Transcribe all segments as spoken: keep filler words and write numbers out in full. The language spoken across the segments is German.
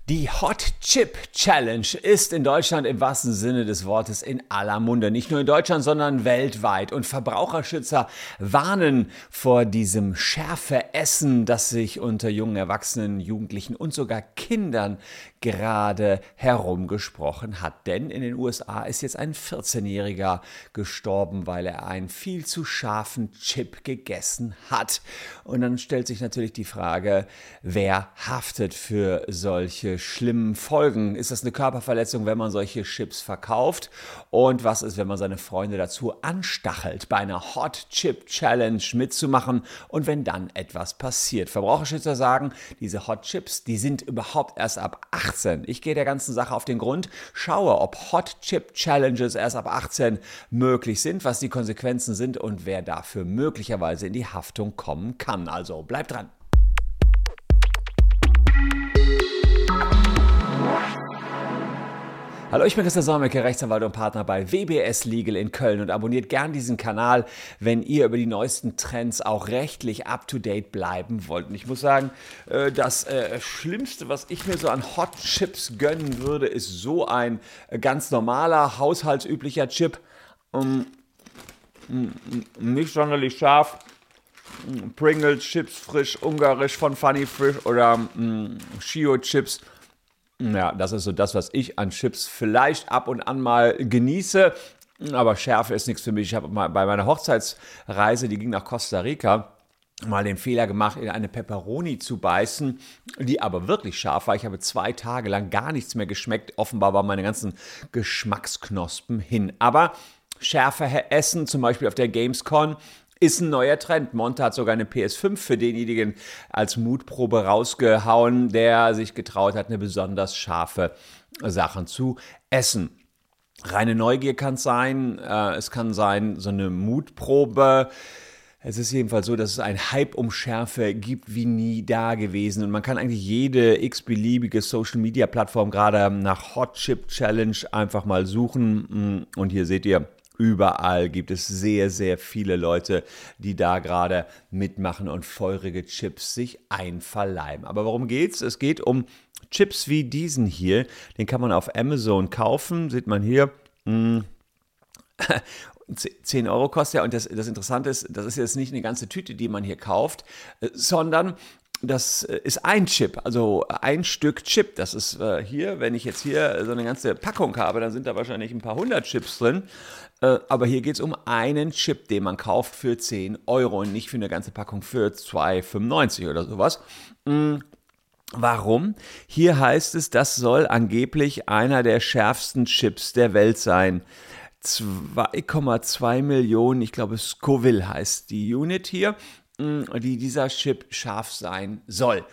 Die Hot Chip Challenge ist in Deutschland im wahrsten Sinne des Wortes in aller Munde. Nicht nur in Deutschland, sondern weltweit. Und Verbraucherschützer warnen vor diesem Schärfe-Essen, das sich unter jungen Erwachsenen, Jugendlichen und sogar Kindern gerade herumgesprochen hat. Denn in den U S A ist jetzt ein vierzehnjähriger gestorben, weil er einen viel zu scharfen Chip gegessen hat. Und dann stellt sich natürlich die Frage, wer haftet für solche schlimmen Folgen? Ist das eine Körperverletzung, wenn man solche Chips verkauft? Und was ist, wenn man seine Freunde dazu anstachelt, bei einer Hot Chip Challenge mitzumachen und wenn dann etwas passiert? Verbraucherschützer sagen, diese Hot Chips, die sind überhaupt erst ab achtzehn. Ich gehe der ganzen Sache auf den Grund, schaue, ob Hot Chip Challenges erst ab achtzehn möglich sind, was die Konsequenzen sind und wer dafür möglicherweise in die Haftung kommen kann. Also bleibt dran. Hallo, ich bin Christian Solmecke, Rechtsanwalt und Partner bei W B S Legal in Köln und abonniert gern diesen Kanal, wenn ihr über die neuesten Trends auch rechtlich up-to-date bleiben wollt. Und ich muss sagen, das Schlimmste, was ich mir so an Hot Chips gönnen würde, ist so ein ganz normaler, haushaltsüblicher Chip. Nicht sonderlich scharf. Pringles, Chips frisch, ungarisch von Funny Frisch oder Shio Chips. Ja, das ist so das, was ich an Chips vielleicht ab und an mal genieße, aber Schärfe ist nichts für mich. Ich habe mal bei meiner Hochzeitsreise, die ging nach Costa Rica, mal den Fehler gemacht, in eine Pepperoni zu beißen, die aber wirklich scharf war. Ich habe zwei Tage lang gar nichts mehr geschmeckt. Offenbar waren meine ganzen Geschmacksknospen hin. Aber Schärfe essen, zum Beispiel auf der Gamescom, ist ein neuer Trend. Monte hat sogar eine P S fünf für denjenigen als Mutprobe rausgehauen, der sich getraut hat, eine besonders scharfe Sache zu essen. Reine Neugier kann es sein, äh, es kann sein, so eine Mutprobe. Es ist jedenfalls so, dass es einen Hype um Schärfe gibt wie nie da gewesen. Und man kann eigentlich jede x-beliebige Social-Media-Plattform gerade nach Hot Chip Challenge einfach mal suchen. Und hier seht ihr, überall gibt es sehr, sehr viele Leute, die da gerade mitmachen und feurige Chips sich einverleiben. Aber worum geht's? Es geht um Chips wie diesen hier. Den kann man auf Amazon kaufen. Sieht man hier. zehn Euro kostet er. Und das, das Interessante ist, das ist jetzt nicht eine ganze Tüte, die man hier kauft, sondern das ist ein Chip, also ein Stück Chip. Das ist äh, hier, wenn ich jetzt hier so eine ganze Packung habe, dann sind da wahrscheinlich ein paar hundert Chips drin. Äh, aber hier geht es um einen Chip, den man kauft für zehn Euro und nicht für eine ganze Packung für zwei fünfundneunzig oder sowas. Mhm. Warum? Hier heißt es, das soll angeblich einer der schärfsten Chips der Welt sein. zwei Komma zwei Millionen, ich glaube Scoville heißt die Unit hier, die dieser Chip scharf sein soll.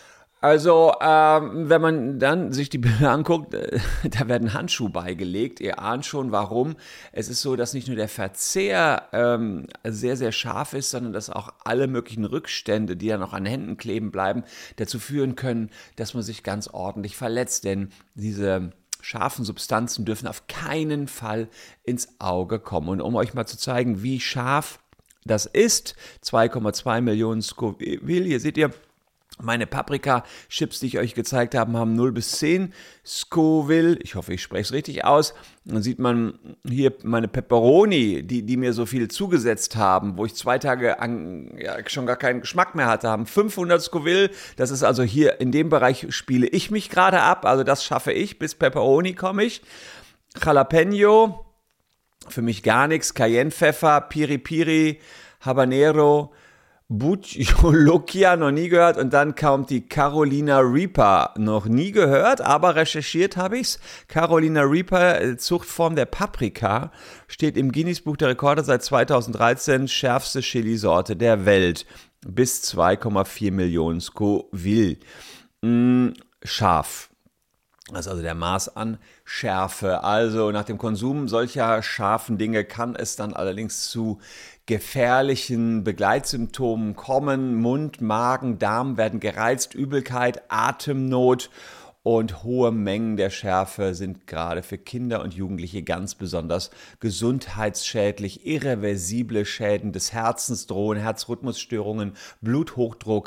Also, ähm, wenn man dann sich die Bilder anguckt, äh, da werden Handschuhe beigelegt. Ihr ahnt schon, warum. Es ist so, dass nicht nur der Verzehr ähm, sehr, sehr scharf ist, sondern dass auch alle möglichen Rückstände, die dann noch an Händen kleben bleiben, dazu führen können, dass man sich ganz ordentlich verletzt. Denn diese scharfen Substanzen dürfen auf keinen Fall ins Auge kommen. Und um euch mal zu zeigen, wie scharf das ist, zwei Komma zwei Millionen Scoville, hier seht ihr, meine Paprika-Chips, die ich euch gezeigt habe, haben null bis zehn Scoville. Ich hoffe, ich spreche es richtig aus. Dann sieht man hier meine Pepperoni, die, die mir so viel zugesetzt haben, wo ich zwei Tage an, ja, schon gar keinen Geschmack mehr hatte, haben fünfhundert Scoville. Das ist also hier, in dem Bereich spiele ich mich gerade ab. Also das schaffe ich, bis Pepperoni komme ich. Jalapeno, für mich gar nichts. Cayennepfeffer, Piri Piri, Habanero, Butcholokia, noch nie gehört. Und dann kommt die Carolina Reaper, noch nie gehört, aber recherchiert habe ich's. Carolina Reaper, Zuchtform der Paprika, steht im Guinness-Buch der Rekorde seit zweitausenddreizehn, schärfste Chilisorte der Welt. Bis zwei Komma vier Millionen Scoville. Mm, scharf. Das ist also der Maß an Schärfe. Also nach dem Konsum solcher scharfen Dinge kann es dann allerdings zu gefährlichen Begleitsymptomen kommen. Mund, Magen, Darm werden gereizt, Übelkeit, Atemnot und hohe Mengen der Schärfe sind gerade für Kinder und Jugendliche ganz besonders gesundheitsschädlich. Irreversible Schäden des Herzens drohen, Herzrhythmusstörungen, Bluthochdruck,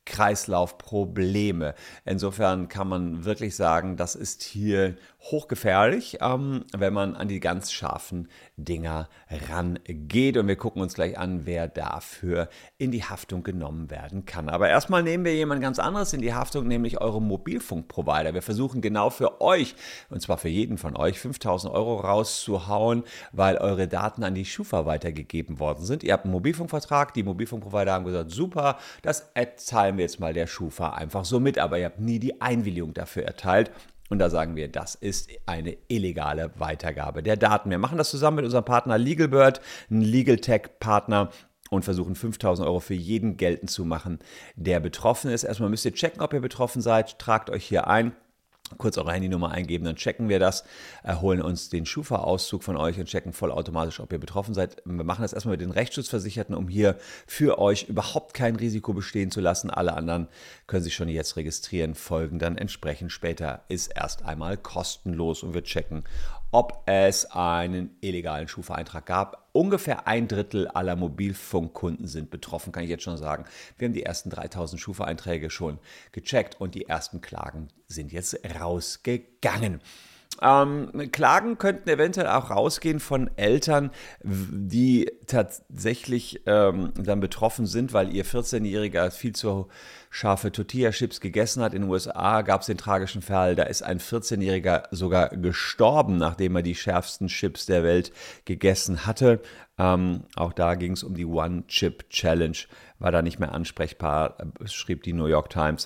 Kreislaufprobleme. Insofern kann man wirklich sagen, das ist hier hochgefährlich, ähm, wenn man an die ganz scharfen Dinger rangeht. Und wir gucken uns gleich an, wer dafür in die Haftung genommen werden kann. Aber erstmal nehmen wir jemand ganz anderes in die Haftung, nämlich eure Mobilfunkprovider. Wir versuchen genau für euch, und zwar für jeden von euch, fünftausend Euro rauszuhauen, weil eure Daten an die Schufa weitergegeben worden sind. Ihr habt einen Mobilfunkvertrag, die Mobilfunkprovider haben gesagt, super, das zahlen wir jetzt mal der Schufa einfach so mit, aber ihr habt nie die Einwilligung dafür erteilt. Und da sagen wir, das ist eine illegale Weitergabe der Daten. Wir machen das zusammen mit unserem Partner LegalBird, ein Legal Tech-Partner, und versuchen fünftausend Euro für jeden geltend zu machen, der betroffen ist. Erstmal müsst ihr checken, ob ihr betroffen seid. Tragt euch hier ein. Kurz eure Handynummer eingeben, dann checken wir das, holen uns den Schufa-Auszug von euch und checken vollautomatisch, ob ihr betroffen seid. Wir machen das erstmal mit den Rechtsschutzversicherten, um hier für euch überhaupt kein Risiko bestehen zu lassen. Alle anderen können sich schon jetzt registrieren, folgen dann entsprechend später. Ist erst einmal kostenlos und wir checken, ob es einen illegalen Schufa-Eintrag gab. Ungefähr ein Drittel aller Mobilfunkkunden sind betroffen, kann ich jetzt schon sagen. Wir haben die ersten dreitausend Schufa-Einträge schon gecheckt und die ersten Klagen sind jetzt rausgegangen. Ähm, Klagen könnten eventuell auch rausgehen von Eltern, die tatsächlich ähm, dann betroffen sind, weil ihr vierzehnjähriger viel zu scharfe Tortilla-Chips gegessen hat. In den U S A gab es den tragischen Fall, da ist ein vierzehnjähriger sogar gestorben, nachdem er die schärfsten Chips der Welt gegessen hatte. Ähm, auch da ging es um die One-Chip-Challenge, war da nicht mehr ansprechbar, schrieb die New York Times.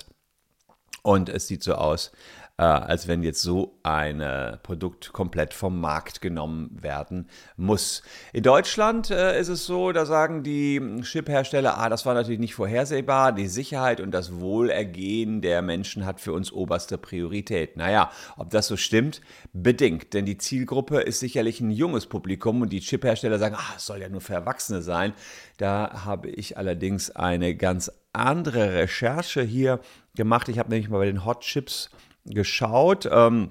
Und es sieht so aus, äh, als wenn jetzt so ein äh, Produkt komplett vom Markt genommen werden muss. In Deutschland äh, ist es so, da sagen die Chip-Hersteller, ah, das war natürlich nicht vorhersehbar, die Sicherheit und das Wohlergehen der Menschen hat für uns oberste Priorität. Naja, ob das so stimmt, bedingt, denn die Zielgruppe ist sicherlich ein junges Publikum und die Chip-Hersteller sagen, ah, es soll ja nur für Erwachsene sein. Da habe ich allerdings eine ganz andere Recherche hier gemacht. Ich habe nämlich mal bei den Hot Chips geschaut. Ähm,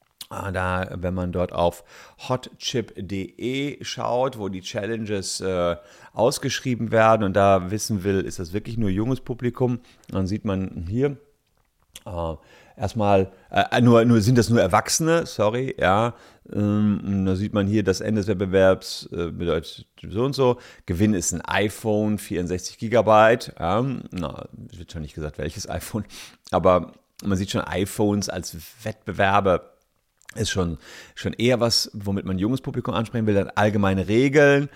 da, wenn man dort auf hotchip punkt de schaut, wo die Challenges äh, ausgeschrieben werden und da wissen will, ist das wirklich nur junges Publikum, dann sieht man hier äh, erstmal, äh, nur, nur sind das nur Erwachsene, sorry, ja. Ähm, da sieht man hier, das Ende des Wettbewerbs äh, bedeutet so und so. Gewinn ist ein iPhone, vierundsechzig Gigabyte. Ja, na, wird schon nicht gesagt, welches iPhone, aber man sieht schon iPhones als Wettbewerbe. Ist schon, schon eher was, womit man ein junges Publikum ansprechen will. Dann allgemeine Regeln.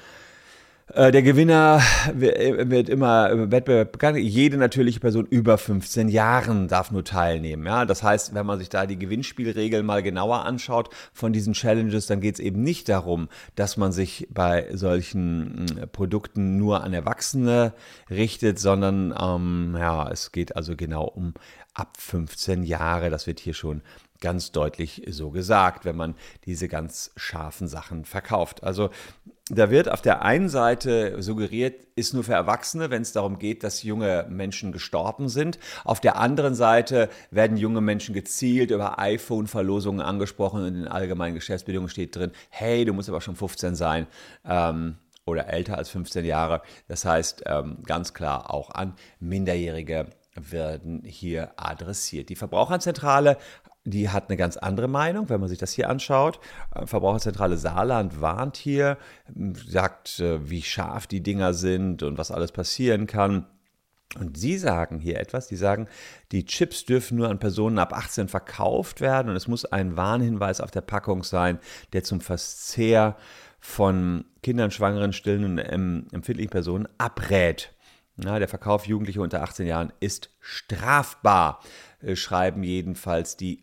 Der Gewinner wird immer im Wettbewerb bekannt. Jede natürliche Person über fünfzehn Jahren darf nur teilnehmen. Ja, das heißt, wenn man sich da die Gewinnspielregeln mal genauer anschaut von diesen Challenges, dann geht es eben nicht darum, dass man sich bei solchen Produkten nur an Erwachsene richtet, sondern ähm, ja, es geht also genau um ab fünfzehn Jahre. Das wird hier schon ganz deutlich so gesagt, wenn man diese ganz scharfen Sachen verkauft. Also da wird auf der einen Seite suggeriert, ist nur für Erwachsene, wenn es darum geht, dass junge Menschen gestorben sind. Auf der anderen Seite werden junge Menschen gezielt über iPhone-Verlosungen angesprochen und in den allgemeinen Geschäftsbedingungen steht drin, hey, du musst aber schon fünfzehn sein ähm, oder älter als fünfzehn Jahre. Das heißt, ähm, ganz klar auch an Minderjährige werden hier adressiert. Die Verbraucherzentrale, die hat eine ganz andere Meinung, wenn man sich das hier anschaut. Verbraucherzentrale Saarland warnt hier, sagt, wie scharf die Dinger sind und was alles passieren kann. Und sie sagen hier etwas, die sagen, die Chips dürfen nur an Personen ab achtzehn verkauft werden und es muss ein Warnhinweis auf der Packung sein, der zum Verzehr von Kindern, Schwangeren, stillen und empfindlichen Personen abrät. Na, der Verkauf Jugendlicher unter achtzehn Jahren ist strafbar, schreiben jedenfalls die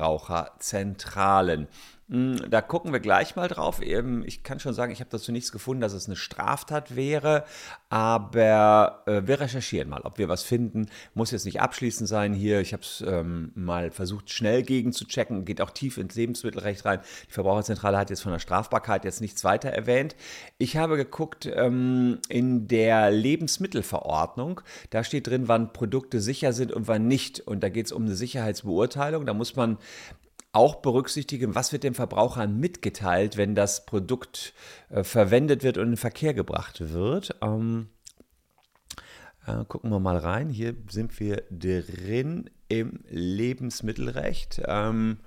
Verbraucherzentralen. Da gucken wir gleich mal drauf. Ich kann schon sagen, ich habe dazu nichts gefunden, dass es eine Straftat wäre, aber äh, wir recherchieren mal, ob wir was finden. Muss jetzt nicht abschließend sein hier. Ich habe es ähm, mal versucht, schnell gegen zu checken, geht auch tief ins Lebensmittelrecht rein. Die Verbraucherzentrale hat jetzt von der Strafbarkeit jetzt nichts weiter erwähnt. Ich habe geguckt ähm, in der Lebensmittelverordnung, da steht drin, wann Produkte sicher sind und wann nicht. Und da geht es um eine Sicherheitsbeurteilung. Da muss man auch berücksichtigen, was wird dem Verbraucher mitgeteilt, wenn das Produkt äh, verwendet wird und in den Verkehr gebracht wird. Ähm, Äh, gucken wir mal rein. Hier sind wir drin im Lebensmittelrecht. Ähm,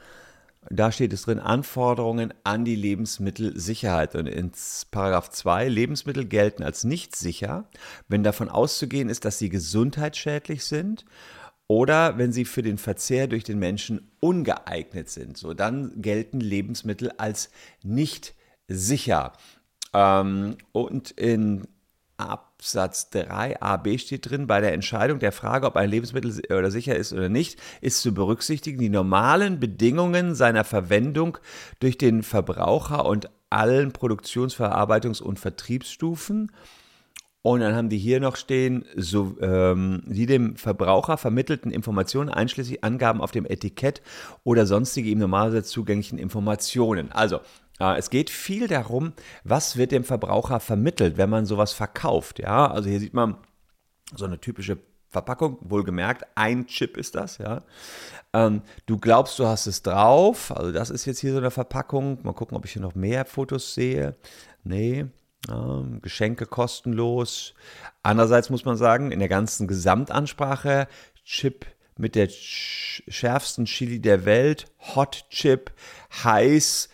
Da steht es drin, Anforderungen an die Lebensmittelsicherheit. Und in Paragraph zwei, Lebensmittel gelten als nicht sicher, wenn davon auszugehen ist, dass sie gesundheitsschädlich sind oder wenn sie für den Verzehr durch den Menschen ungeeignet sind. So, dann gelten Lebensmittel als nicht sicher. Ähm, und in Absatz drei a b steht drin, bei der Entscheidung der Frage, ob ein Lebensmittel si- oder sicher ist oder nicht, ist zu berücksichtigen die normalen Bedingungen seiner Verwendung durch den Verbraucher und allen Produktions-, Verarbeitungs- und Vertriebsstufen. Und dann haben die hier noch stehen, so, ähm, die dem Verbraucher vermittelten Informationen einschließlich Angaben auf dem Etikett oder sonstige ihm normalerweise zugänglichen Informationen. Also, äh, es geht viel darum, was wird dem Verbraucher vermittelt, wenn man sowas verkauft. Ja, also hier sieht man so eine typische Verpackung, wohlgemerkt, ein Chip ist das, ja. Ähm, du glaubst, du hast es drauf, also das ist jetzt hier so eine Verpackung. Mal gucken, ob ich hier noch mehr Fotos sehe. Nee. Ähm, Geschenke kostenlos. Andererseits muss man sagen, in der ganzen Gesamtansprache, Chip mit der sch- schärfsten Chili der Welt, Hot Chip, heiß.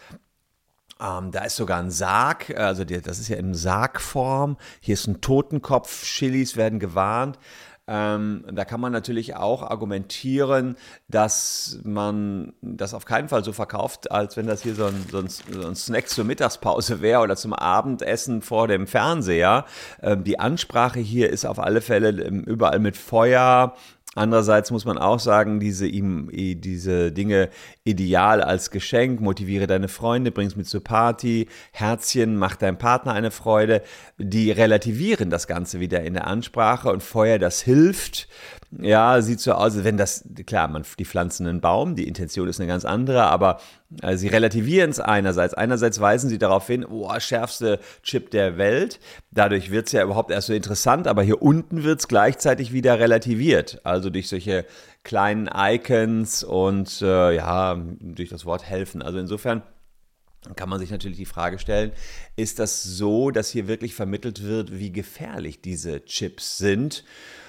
Ähm, da ist sogar ein Sarg, also die, das ist ja in Sargform. Hier ist ein Totenkopf, Chilis werden gewarnt. Ähm, da kann man natürlich auch argumentieren, dass man das auf keinen Fall so verkauft, als wenn das hier so ein, so ein, so ein Snack zur Mittagspause wäre oder zum Abendessen vor dem Fernseher. Ähm, die Ansprache hier ist auf alle Fälle ähm, überall mit Feuer. Andererseits muss man auch sagen, diese, ihm- i- diese Dinge ideal als Geschenk, motiviere deine Freunde, bring's mit zur Party, Herzchen, mach deinem Partner eine Freude, die relativieren das Ganze wieder in der Ansprache und Feuer, das hilft. Ja, sieht so aus, als wenn das, klar, man, die pflanzen einen Baum, die Intention ist eine ganz andere, aber äh, sie relativieren es einerseits. Einerseits weisen sie darauf hin, oh, schärfste Chip der Welt. Dadurch wird es ja überhaupt erst so interessant, aber hier unten wird es gleichzeitig wieder relativiert. Also durch solche kleinen Icons und äh, ja, durch das Wort helfen. Also insofern kann man sich natürlich die Frage stellen, ist das so, dass hier wirklich vermittelt wird, wie gefährlich diese Chips sind?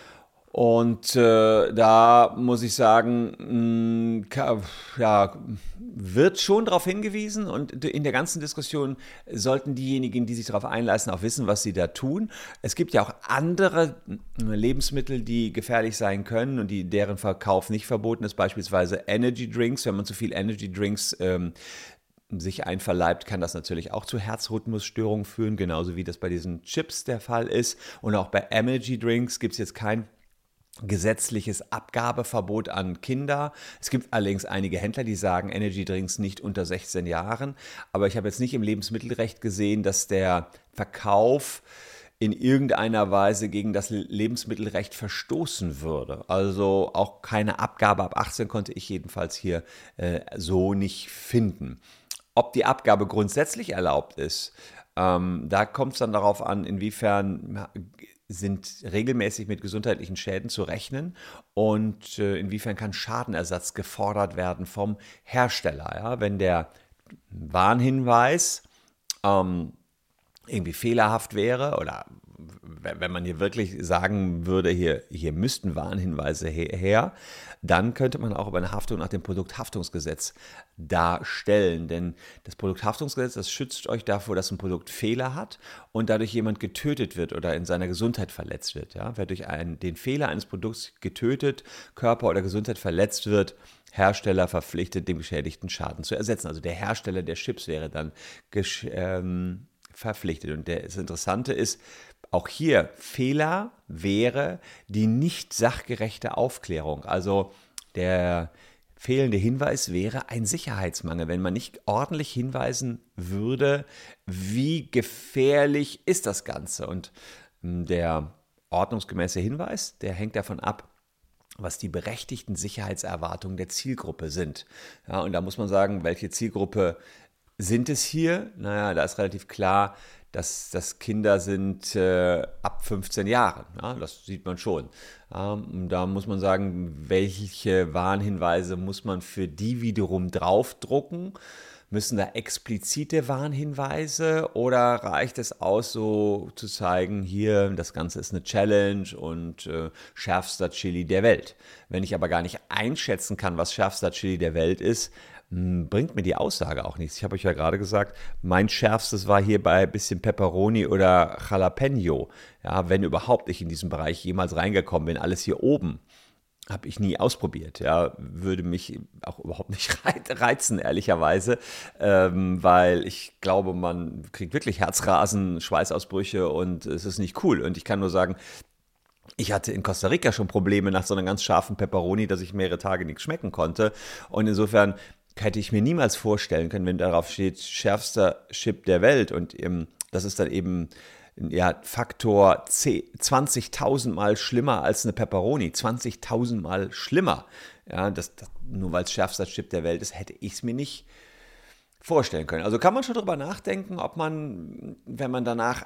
Und äh, da muss ich sagen, mh, ka- ja, wird schon darauf hingewiesen und in der ganzen Diskussion sollten diejenigen, die sich darauf einlassen, auch wissen, was sie da tun. Es gibt ja auch andere mh, Lebensmittel, die gefährlich sein können und die, deren Verkauf nicht verboten ist, beispielsweise Energy Drinks. Wenn man zu viel Energy Drinks ähm, sich einverleibt, kann das natürlich auch zu Herzrhythmusstörungen führen, genauso wie das bei diesen Chips der Fall ist. Und auch bei Energy Drinks gibt es jetzt kein gesetzliches Abgabeverbot an Kinder. Es gibt allerdings einige Händler, die sagen, Energy Drinks nicht unter sechzehn Jahren. Aber ich habe jetzt nicht im Lebensmittelrecht gesehen, dass der Verkauf in irgendeiner Weise gegen das Lebensmittelrecht verstoßen würde. Also auch keine Abgabe ab achtzehn konnte ich jedenfalls hier äh, so nicht finden. Ob die Abgabe grundsätzlich erlaubt ist, ähm, da kommt es dann darauf an, inwiefern sind regelmäßig mit gesundheitlichen Schäden zu rechnen und äh, inwiefern kann Schadenersatz gefordert werden vom Hersteller. Ja? Wenn der Warnhinweis ähm, irgendwie fehlerhaft wäre oder wenn man hier wirklich sagen würde, hier, hier müssten Warnhinweise her, dann könnte man auch über eine Haftung nach dem Produkthaftungsgesetz darstellen. Denn das Produkthaftungsgesetz, das schützt euch davor, dass ein Produkt Fehler hat und dadurch jemand getötet wird oder in seiner Gesundheit verletzt wird. Ja? Wer durch einen, den Fehler eines Produkts getötet, Körper oder Gesundheit verletzt wird, Hersteller verpflichtet, dem Geschädigten Schaden zu ersetzen. Also der Hersteller der Chips wäre dann gesch- ähm, verpflichtet. Und der, das Interessante ist, auch hier Fehler wäre die nicht sachgerechte Aufklärung. Also der fehlende Hinweis wäre ein Sicherheitsmangel, wenn man nicht ordentlich hinweisen würde, wie gefährlich ist das Ganze. Und der ordnungsgemäße Hinweis, der hängt davon ab, was die berechtigten Sicherheitserwartungen der Zielgruppe sind. Ja, und da muss man sagen, welche Zielgruppe sind es hier? Naja, da ist relativ klar, dass das Kinder sind äh, ab fünfzehn Jahren. Ja, das sieht man schon. Ähm, da muss man sagen, welche Warnhinweise muss man für die wiederum draufdrucken. Müssen da explizite Warnhinweise oder reicht es aus, so zu zeigen, hier, das Ganze ist eine Challenge und äh, schärfster Chili der Welt? Wenn ich aber gar nicht einschätzen kann, was schärfster Chili der Welt ist, mh, bringt mir die Aussage auch nichts. Ich habe euch ja gerade gesagt, mein schärfstes war hier bei bisschen Pepperoni oder Jalapeno. Ja, wenn überhaupt ich in diesem Bereich jemals reingekommen bin, alles hier oben. Habe ich nie ausprobiert, ja, würde mich auch überhaupt nicht reizen, ehrlicherweise, ähm, weil ich glaube, man kriegt wirklich Herzrasen, Schweißausbrüche und es ist nicht cool. Und ich kann nur sagen, ich hatte in Costa Rica schon Probleme nach so einer ganz scharfen Pepperoni, dass ich mehrere Tage nichts schmecken konnte. Und insofern hätte ich mir niemals vorstellen können, wenn darauf steht, schärfster Chip der Welt und ähm, das ist dann eben ja, Faktor zwanzigtausend Mal schlimmer als eine Pepperoni. zwanzigtausend Mal schlimmer. Ja, das, das, nur weil es schärfster Chip der Welt ist, hätte ich es mir nicht vorstellen können. Also kann man schon darüber nachdenken, ob man, wenn man danach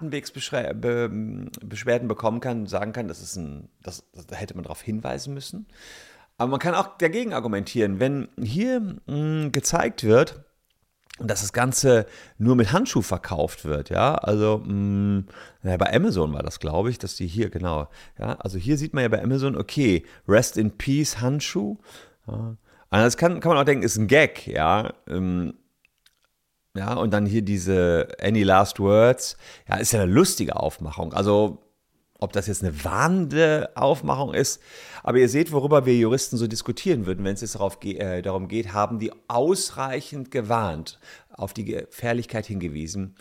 Atemwegsbeschwerden bekommen kann, sagen kann, das ist ein, das, da hätte man darauf hinweisen müssen. Aber man kann auch dagegen argumentieren, wenn hier mh, gezeigt wird, dass das Ganze nur mit Handschuh verkauft wird, ja, also mh, ja, bei Amazon war das, glaube ich, dass die hier, genau, ja, also hier sieht man ja bei Amazon, okay, Rest in Peace Handschuh, ja, also das kann, kann man auch denken, ist ein Gag, ja, ähm, ja, und dann hier diese Any Last Words, ja, ist ja eine lustige Aufmachung, also ob das jetzt eine warnende Aufmachung ist, aber ihr seht, worüber wir Juristen so diskutieren würden, wenn es jetzt darauf ge- äh, darum geht, haben die ausreichend gewarnt, auf die Gefährlichkeit hingewiesen.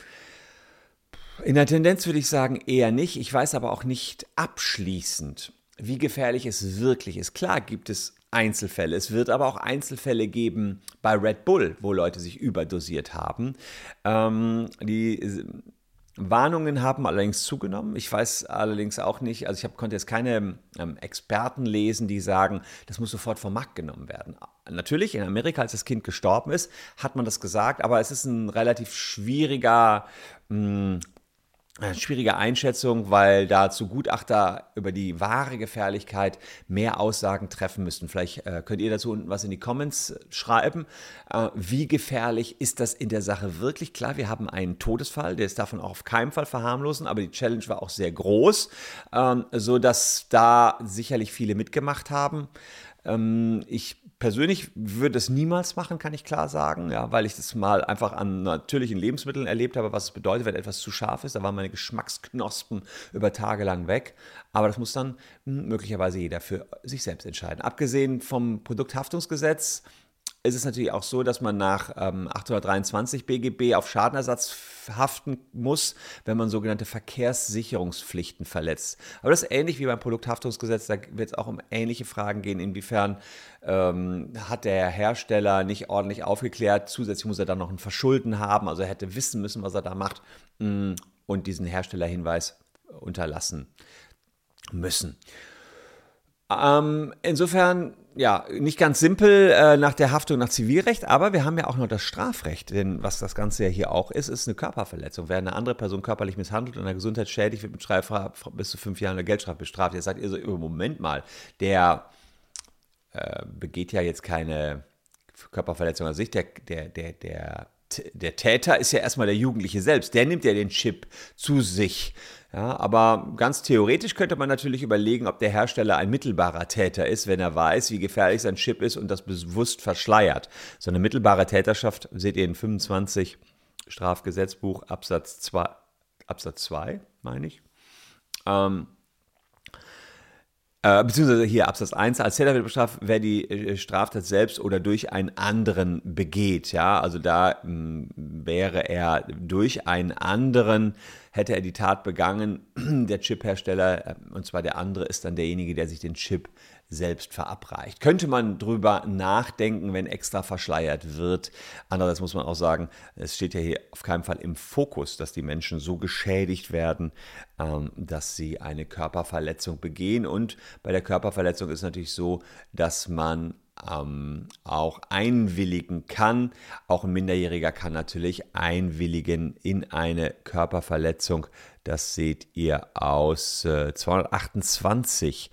In der Tendenz würde ich sagen eher nicht. Ich weiß aber auch nicht abschließend, wie gefährlich es wirklich ist. Klar gibt es Einzelfälle. Es wird aber auch Einzelfälle geben bei Red Bull, wo Leute sich überdosiert haben. Ähm, die Warnungen haben allerdings zugenommen. Ich weiß allerdings auch nicht, also ich hab, konnte jetzt keine ähm, Experten lesen, die sagen, das muss sofort vom Markt genommen werden. Natürlich, in Amerika, als das Kind gestorben ist, hat man das gesagt, aber es ist ein relativ schwieriger, mh, eine schwierige Einschätzung, weil dazu Gutachter über die wahre Gefährlichkeit mehr Aussagen treffen müssten. Vielleicht äh, könnt ihr dazu unten was in die Comments schreiben. Äh, wie gefährlich ist das in der Sache wirklich? Klar, wir haben einen Todesfall, der ist davon auch auf keinen Fall verharmlosen, aber die Challenge war auch sehr groß, ähm, sodass da sicherlich viele mitgemacht haben. Ähm, ich persönlich würde es niemals machen, kann ich klar sagen, ja, weil ich das mal einfach an natürlichen Lebensmitteln erlebt habe, was es bedeutet, wenn etwas zu scharf ist. Da waren meine Geschmacksknospen über Tage lang weg. Aber das muss dann mh, möglicherweise jeder für sich selbst entscheiden. Abgesehen vom Produkthaftungsgesetz ist es natürlich auch so, dass man nach ähm, achthundertdreiundzwanzig B G B auf Schadenersatz haften muss, wenn man sogenannte Verkehrssicherungspflichten verletzt. Aber das ist ähnlich wie beim Produkthaftungsgesetz, da wird es auch um ähnliche Fragen gehen, inwiefern ähm, hat der Hersteller nicht ordentlich aufgeklärt, zusätzlich muss er dann noch ein Verschulden haben, also er hätte wissen müssen, was er da macht mh, und diesen Herstellerhinweis unterlassen müssen. Ähm, insofern, ja, nicht ganz simpel äh, nach der Haftung nach Zivilrecht, aber wir haben ja auch noch das Strafrecht, denn was das Ganze ja hier auch ist, ist eine Körperverletzung. Wer eine andere Person körperlich misshandelt und an der Gesundheit schädigt, wird mit Strafstrafe bis zu fünf Jahren der Geldstrafe bestraft. Jetzt sagt ihr so, Moment mal, der äh, begeht ja jetzt keine Körperverletzung an sich, der, der, der, der Der Täter ist ja erstmal der Jugendliche selbst, der nimmt ja den Chip zu sich. Ja, aber ganz theoretisch könnte man natürlich überlegen, ob der Hersteller ein mittelbarer Täter ist, wenn er weiß, wie gefährlich sein Chip ist und das bewusst verschleiert. So eine mittelbare Täterschaft seht ihr in fünfundzwanzig Strafgesetzbuch Absatz zwei, Absatz zwei, meine ich. Ähm, Äh, beziehungsweise hier Absatz eins, als Täter wird bestraft, wer die äh, Straftat selbst oder durch einen anderen begeht. Ja, also da mh, wäre er durch einen anderen, hätte er die Tat begangen, der Chip-Hersteller, äh, und zwar der andere ist dann derjenige, der sich den Chip selbst verabreicht. Könnte man drüber nachdenken, wenn extra verschleiert wird. Andererseits muss man auch sagen, es steht ja hier auf keinen Fall im Fokus, dass die Menschen so geschädigt werden, ähm, dass sie eine Körperverletzung begehen. Und bei der Körperverletzung ist es natürlich so, dass man ähm, auch einwilligen kann. Auch ein Minderjähriger kann natürlich einwilligen in eine Körperverletzung. Das seht ihr aus äh, zweihundertachtundzwanzig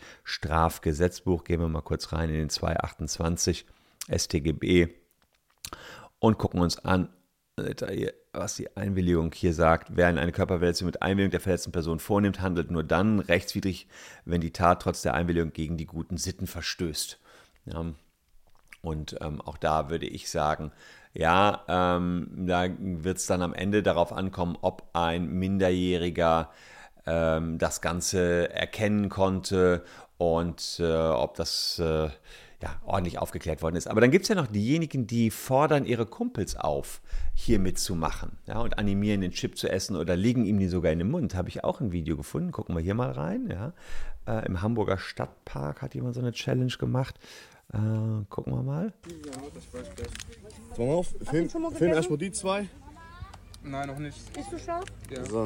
Strafgesetzbuch. Gehen wir mal kurz rein in den zweihundertachtundzwanzig S t G B. und gucken uns an, was die Einwilligung hier sagt. Wer eine Körperverletzung mit Einwilligung der verletzten Person vornimmt, handelt nur dann rechtswidrig, wenn die Tat trotz der Einwilligung gegen die guten Sitten verstößt. Ja. Und ähm, auch da würde ich sagen, ja, ähm, da wird es dann am Ende darauf ankommen, ob ein Minderjähriger ähm, das Ganze erkennen konnte und äh, ob das äh, ja, ordentlich aufgeklärt worden ist. Aber dann gibt es ja noch diejenigen, die fordern ihre Kumpels auf, hier mitzumachen, ja, und animieren, den Chip zu essen oder legen ihm die sogar in den Mund. Habe ich auch ein Video gefunden. Gucken wir hier mal rein. Ja. Äh, Im Hamburger Stadtpark hat jemand so eine Challenge gemacht. Äh, gucken wir mal. Pass mal auf, film, film erstmal die zwei. Nein, noch nicht. Bist du scharf? Ja. So.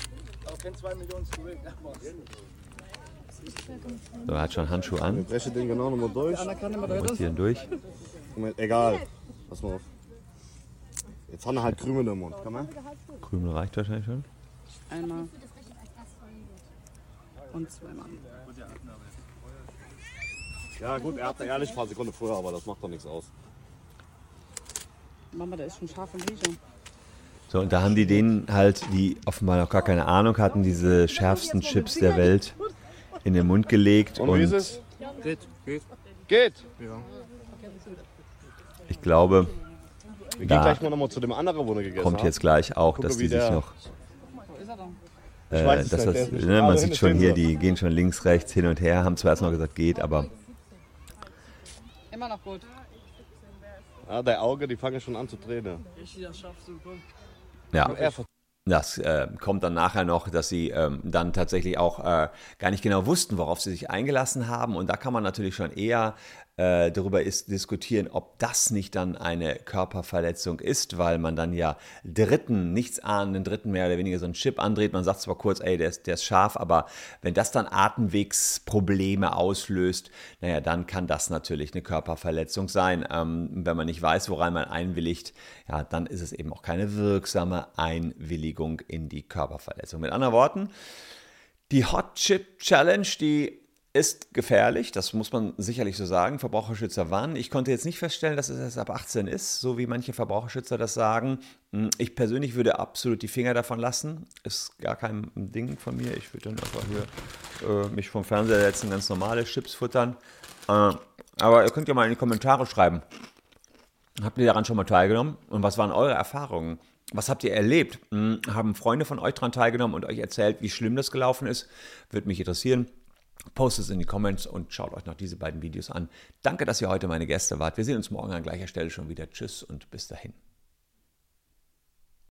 So, er hat schon Handschuhe Wir an. brechen den genau nochmal durch. Rotieren durch. Moment, egal. Pass mal auf. Jetzt haben wir halt Krümel im Mund. Komm mal. Krümel reicht wahrscheinlich schon. Einmal. Und zweimal. Ja gut, er hat da ehrlich ein paar Sekunden vorher, aber das macht doch nichts aus. Mama, der ist schon scharf und riechen. So, und da haben die denen halt, die offenbar noch gar keine Ahnung hatten, diese schärfsten Chips der Welt in den Mund gelegt. Und, wie ist Und es? Geht, geht. Geht! Ja. ich glaube, Wir Da gehen gleich mal nochmal zu dem anderen, wo wir gegessen kommt haben. jetzt gleich auch, Gucke, dass wie die sich der- noch... Ist er da? Ich Äh, weiß es dass nicht, das, der ist nicht- ne, Ah, man da sieht hinten schon stehen hier, sie. die gehen schon links, rechts, hin und her, haben zwar erst noch gesagt, geht, aber Immer noch gut. Ja, der Auge, die fangen schon an zu tränen. ja. Er ver- Das äh, kommt dann nachher noch, dass sie ähm, dann tatsächlich auch äh, gar nicht genau wussten, worauf sie sich eingelassen haben. Und da kann man natürlich schon eher äh, darüber ist, diskutieren, ob das nicht dann eine Körperverletzung ist, weil man dann ja Dritten, nichtsahnenden Dritten mehr oder weniger so einen Chip andreht. Man sagt zwar kurz, ey, der ist, der ist scharf, aber wenn das dann Atemwegsprobleme auslöst, naja, dann kann das natürlich eine Körperverletzung sein. Ähm, wenn man nicht weiß, woran man einwilligt, ja, dann ist es eben auch keine wirksame Einwilligung in die Körperverletzung. Mit anderen Worten, die Hot Chip Challenge, die ist gefährlich, das muss man sicherlich so sagen. Verbraucherschützer warnen. Ich konnte jetzt nicht feststellen, dass es erst ab achtzehn ist, so wie manche Verbraucherschützer das sagen. Ich persönlich würde absolut die Finger davon lassen. Ist gar kein Ding von mir. Ich würde dann einfach hier äh, mich vom Fernseher setzen, ganz normale Chips futtern. Äh, aber ihr könnt ja mal in die Kommentare schreiben. Habt ihr daran schon mal teilgenommen? Und was waren eure Erfahrungen? Was habt ihr erlebt? Hm, haben Freunde von euch daran teilgenommen und euch erzählt, wie schlimm das gelaufen ist? Würde mich interessieren. Postet es in die Comments und schaut euch noch diese beiden Videos an. Danke, dass ihr heute meine Gäste wart. Wir sehen uns morgen an gleicher Stelle schon wieder. Tschüss und bis dahin.